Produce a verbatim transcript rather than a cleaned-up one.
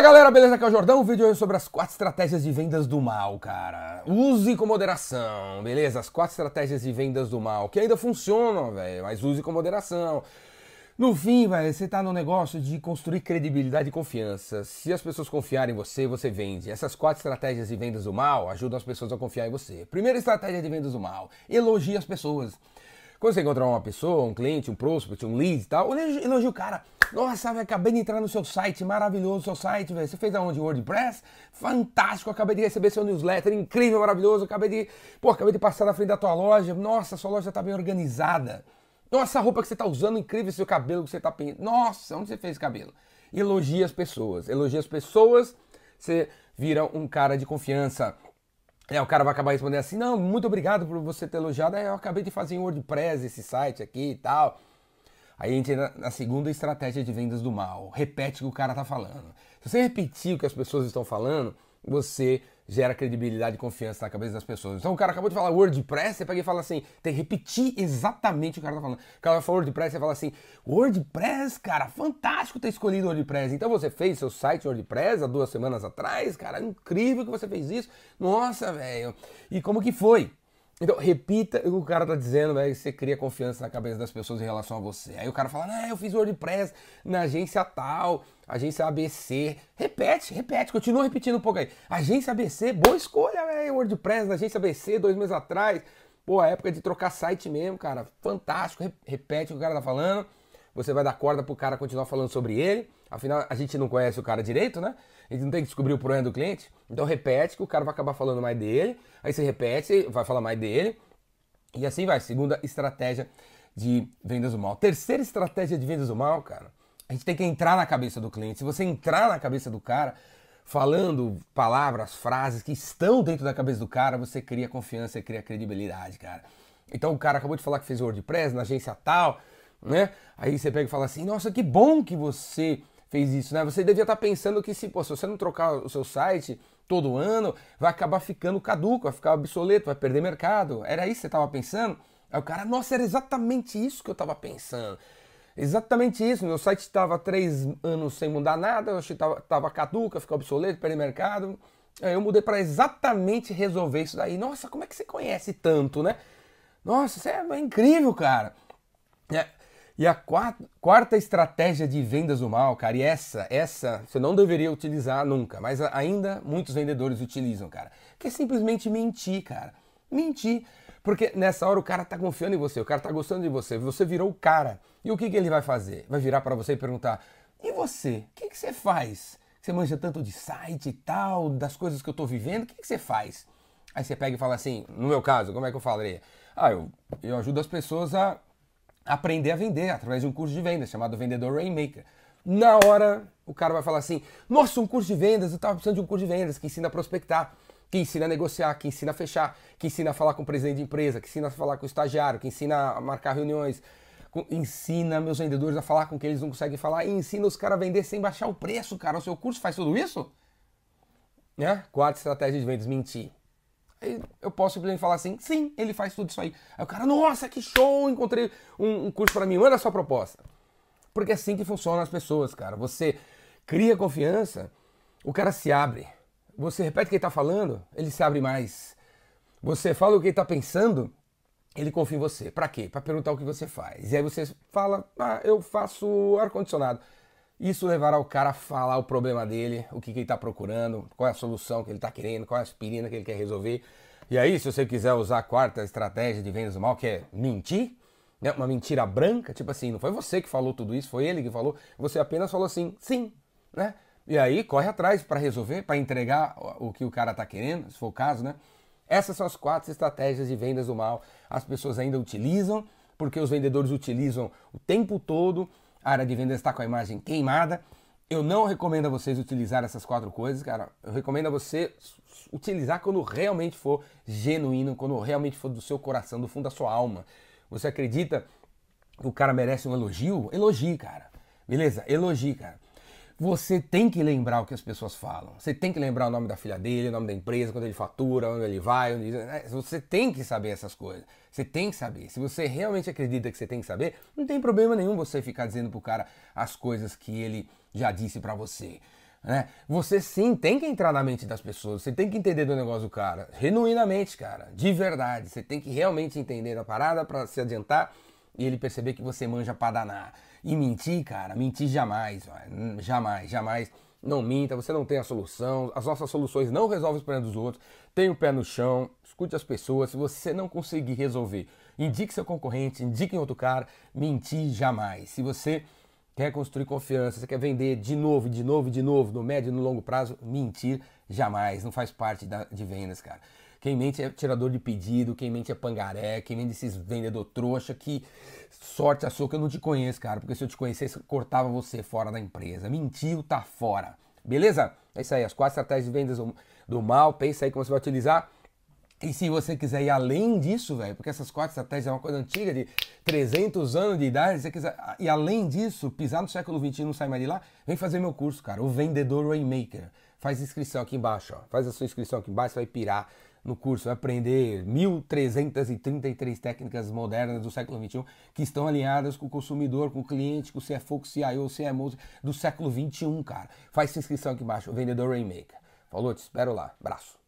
galera, beleza? Aqui é o Jordão, o vídeo hoje é sobre as quatro estratégias de vendas do mal, cara. Use com moderação, beleza? As quatro estratégias de vendas do mal, que ainda funcionam, velho, mas use com moderação. No fim, velho, você tá no negócio de construir credibilidade e confiança. Se as pessoas confiarem em você, você vende. Essas quatro estratégias de vendas do mal ajudam as pessoas a confiar em você. Primeira estratégia de vendas do mal, elogie as pessoas. Quando você encontrar uma pessoa, um cliente, um prospect, um lead e tal, elogie o cara. Nossa, velho, acabei de entrar no seu site, maravilhoso o seu site, velho. Você fez aonde? WordPress? Fantástico, acabei de receber seu newsletter, incrível, maravilhoso. Acabei de, pô, acabei de passar na frente da tua loja. Nossa, sua loja tá bem organizada. Nossa, a roupa que você tá usando, incrível, seu cabelo que você tá pintando. Nossa, onde você fez esse cabelo? Elogie as pessoas. Elogie as pessoas, você vira um cara de confiança. É, o cara vai acabar respondendo assim, não, muito obrigado por você ter elogiado, é, eu acabei de fazer em WordPress esse site aqui e tal. Aí a gente entra na segunda estratégia de vendas do mal, repete o que o cara tá falando. Se você repetir o que as pessoas estão falando, você gera credibilidade e confiança na cabeça das pessoas. Então o cara acabou de falar WordPress, você pega e fala assim, tem que repetir exatamente o que o cara tá falando. O cara fala WordPress, você fala assim, WordPress, cara, fantástico ter escolhido WordPress. Então você fez seu site WordPress há duas semanas atrás, cara, incrível que você fez isso. Nossa, velho. E como que foi? Então, repita o que o cara tá dizendo, velho, você cria confiança na cabeça das pessoas em relação a você. Aí o cara fala, não, eu fiz WordPress na agência tal, agência A B C. Repete, repete, continua repetindo um pouco aí. Agência A B C, boa escolha, velho, WordPress na agência A B C, dois meses atrás. Pô, a época de trocar site mesmo, cara, fantástico. Repete o que o cara tá falando. Você vai dar corda pro cara continuar falando sobre ele. Afinal, a gente não conhece o cara direito, né? A gente não tem que descobrir o problema do cliente. Então repete que o cara vai acabar falando mais dele. Aí você repete, vai falar mais dele. E assim vai. Segunda estratégia de vendas do mal. Terceira estratégia de vendas do mal, cara. A gente tem que entrar na cabeça do cliente. Se você entrar na cabeça do cara, falando palavras, frases que estão dentro da cabeça do cara, você cria confiança e cria credibilidade, cara. Então o cara acabou de falar que fez WordPress na agência tal, né? Aí você pega e fala assim, nossa, que bom que você fez isso, né? Você devia estar pensando que se, pô, se você não trocar o seu site todo ano, vai acabar ficando caduco, vai ficar obsoleto, vai perder mercado. Era isso que você estava pensando? Aí o cara, nossa, era exatamente isso que eu estava pensando. Exatamente isso, meu site estava três anos sem mudar nada, eu achei que estava caduco, ficou obsoleto, perder mercado. Aí eu mudei para exatamente resolver isso daí. Nossa, como é que você conhece tanto, né? Nossa, isso é incrível, cara. É. E a quarta, quarta estratégia de vendas do mal, cara, e essa, essa você não deveria utilizar nunca, mas ainda muitos vendedores utilizam, cara, que é simplesmente mentir, cara. Mentir. Porque nessa hora o cara tá confiando em você, o cara tá gostando de você, você virou o cara. E o que, que ele vai fazer? Vai virar para você e perguntar, e você? O que, que você faz? Você manja tanto de site e tal, das coisas que eu tô vivendo, o que, que você faz? Aí você pega e fala assim, no meu caso, como é que eu falaria? Ah, eu, eu ajudo as pessoas a aprender a vender através de um curso de vendas chamado Vendedor Rainmaker. Na hora, o cara vai falar assim, nossa, um curso de vendas, eu tava precisando de um curso de vendas que ensina a prospectar, que ensina a negociar, que ensina a fechar, que ensina a falar com o presidente de empresa, que ensina a falar com o estagiário, que ensina a marcar reuniões, ensina meus vendedores a falar com quem eles não conseguem falar e ensina os caras a vender sem baixar o preço, cara. O seu curso faz tudo isso? Né? Quarta estratégia de vendas, mentir. Eu posso simplesmente falar assim, sim, ele faz tudo isso aí. Aí o cara, nossa, que show, encontrei um, um curso para mim, manda a sua proposta. Porque é assim que funcionam as pessoas, cara. Você cria confiança, o cara se abre. Você repete o que ele tá falando, ele se abre mais. Você fala o que ele tá pensando, ele confia em você. Pra quê? Pra perguntar o que você faz. E aí você fala, ah, eu faço ar-condicionado. Isso levará o cara a falar o problema dele, o que, que ele está procurando, qual é a solução que ele está querendo, qual é a aspirina que ele quer resolver. E aí, se você quiser usar a quarta estratégia de vendas do mal, que é mentir, né? Uma mentira branca, tipo assim, não foi você que falou tudo isso, foi ele que falou, você apenas falou assim, sim, né? E aí, corre atrás para resolver, para entregar o que o cara está querendo, se for o caso, né? Essas são as quatro estratégias de vendas do mal. As pessoas ainda utilizam, porque os vendedores utilizam o tempo todo. A área de vendas está com a imagem queimada. Eu não recomendo a vocês utilizar essas quatro coisas, cara. Eu recomendo a você utilizar quando realmente for genuíno, quando realmente for do seu coração, do fundo da sua alma. Você acredita que o cara merece um elogio? Elogie, cara. Beleza? Elogie, cara. Você tem que lembrar o que as pessoas falam. Você tem que lembrar o nome da filha dele, o nome da empresa, quando ele fatura, onde ele vai. Onde... Você tem que saber essas coisas. Você tem que saber. Se você realmente acredita que você tem que saber, não tem problema nenhum você ficar dizendo pro cara as coisas que ele já disse pra você. né? Você sim tem que entrar na mente das pessoas, você tem que entender do negócio do cara, genuinamente, cara, de verdade. Você tem que realmente entender a parada pra se adiantar e ele perceber que você manja pra danar. E mentir, cara, mentir jamais, véio. jamais, jamais. Não minta, você não tem a solução, as nossas soluções não resolvem os problemas dos outros. Tenha o pé no chão, escute as pessoas. Se você não conseguir resolver, indique seu concorrente, indique em outro cara. Mentir jamais. Se você quer construir confiança, você quer vender de novo, de novo, de novo, no médio e no longo prazo, mentir jamais. Não faz parte da, de vendas, cara. Quem mente é tirador de pedido, quem mente é pangaré, quem mente esses vendedor trouxa que sorte a sua que eu não te conheço, cara. Porque se eu te conhecesse, eu cortava você fora da empresa. Mentiu, tá fora. Beleza? É isso aí, as quatro estratégias de vendas do, do mal. Pensa aí como você vai utilizar. E se você quiser ir além disso, velho, porque essas quatro estratégias é uma coisa antiga de trezentos anos de idade, se você quiser e além disso, pisar no século vinte e um e não sair mais de lá, vem fazer meu curso, cara, o Vendedor Rainmaker. Faz inscrição aqui embaixo, ó. Faz a sua inscrição aqui embaixo, você vai pirar no curso, vai aprender mil trezentas e trinta e três técnicas modernas do século vinte e um que estão alinhadas com o consumidor, com o cliente, com o C F O, com o C I O, C M O do século vinte e um, cara. Faz sua inscrição aqui embaixo, o Vendedor Rainmaker. Falou, te espero lá. Abraço.